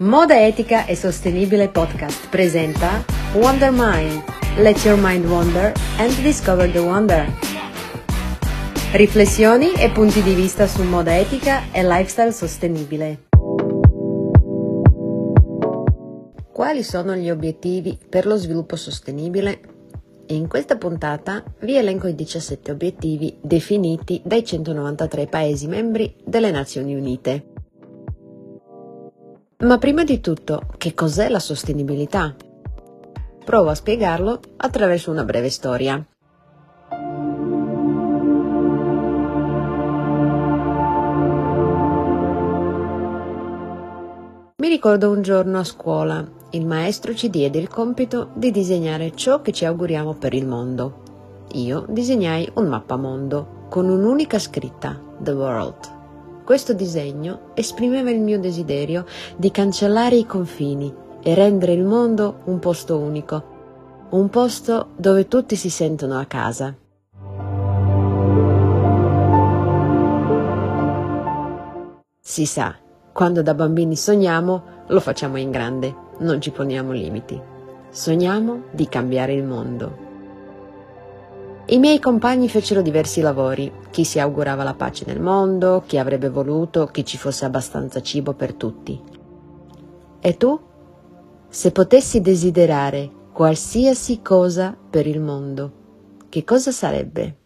Moda Etica e Sostenibile Podcast presenta Wonder Mind. Let your mind wander and discover the wonder. Riflessioni e punti di vista su moda etica e lifestyle sostenibile. Quali sono gli obiettivi per lo sviluppo sostenibile? In questa puntata vi elenco i 17 obiettivi definiti dai 193 Paesi membri delle Nazioni Unite. Ma prima di tutto, che cos'è la sostenibilità? Provo a spiegarlo attraverso una breve storia. Mi ricordo un giorno a scuola, il maestro ci diede il compito di disegnare ciò che ci auguriamo per il mondo. Io disegnai un mappamondo con un'unica scritta, The World. Questo disegno esprimeva il mio desiderio di cancellare i confini e rendere il mondo un posto unico, un posto dove tutti si sentono a casa. Si sa, quando da bambini sogniamo, lo facciamo in grande, non ci poniamo limiti. Sogniamo di cambiare il mondo. I miei compagni fecero diversi lavori, chi si augurava la pace nel mondo, chi avrebbe voluto che ci fosse abbastanza cibo per tutti. E tu? Se potessi desiderare qualsiasi cosa per il mondo, che cosa sarebbe?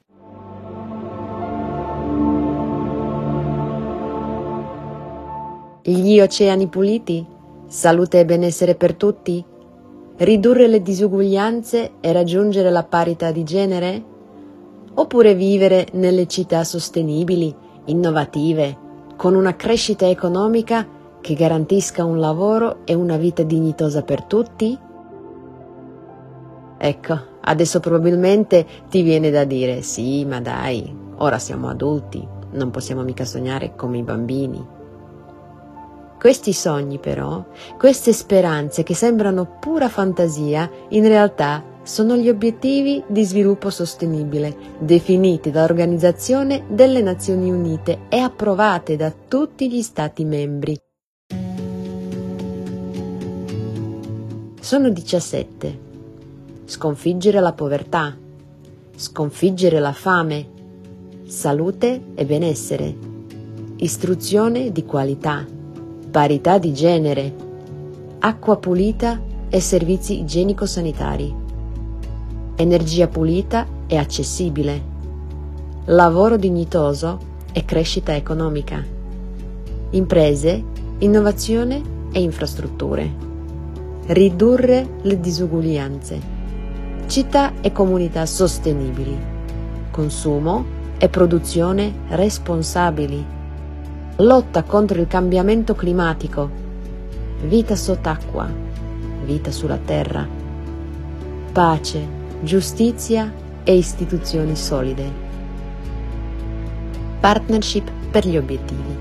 Gli oceani puliti? Salute e benessere per tutti? Ridurre le disuguaglianze e raggiungere la parità di genere? Oppure vivere nelle città sostenibili, innovative, con una crescita economica che garantisca un lavoro e una vita dignitosa per tutti? Ecco, adesso probabilmente ti viene da dire: sì, ma dai, ora siamo adulti, non possiamo mica sognare come i bambini. Questi sogni però, queste speranze che sembrano pura fantasia, in realtà sono gli obiettivi di sviluppo sostenibile, definiti dall'Organizzazione delle Nazioni Unite e approvate da tutti gli Stati membri. Sono 17. Sconfiggere la povertà, sconfiggere la fame, salute e benessere, istruzione di qualità, parità di genere, acqua pulita e servizi igienico-sanitari, energia pulita e accessibile, lavoro dignitoso e crescita economica, imprese, innovazione e infrastrutture, ridurre le disuguaglianze, città e comunità sostenibili, consumo e produzione responsabili, lotta contro il cambiamento climatico, vita sott'acqua, vita sulla terra, pace, giustizia e istituzioni solide. Partnership per gli obiettivi.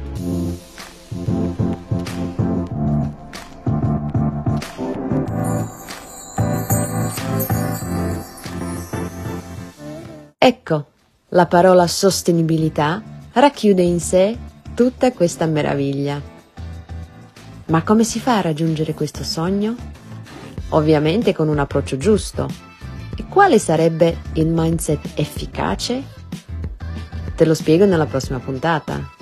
Ecco, la parola sostenibilità racchiude in sé tutta questa meraviglia. Ma come si fa a raggiungere questo sogno? Ovviamente con un approccio giusto. E quale sarebbe il mindset efficace? Te lo spiego nella prossima puntata.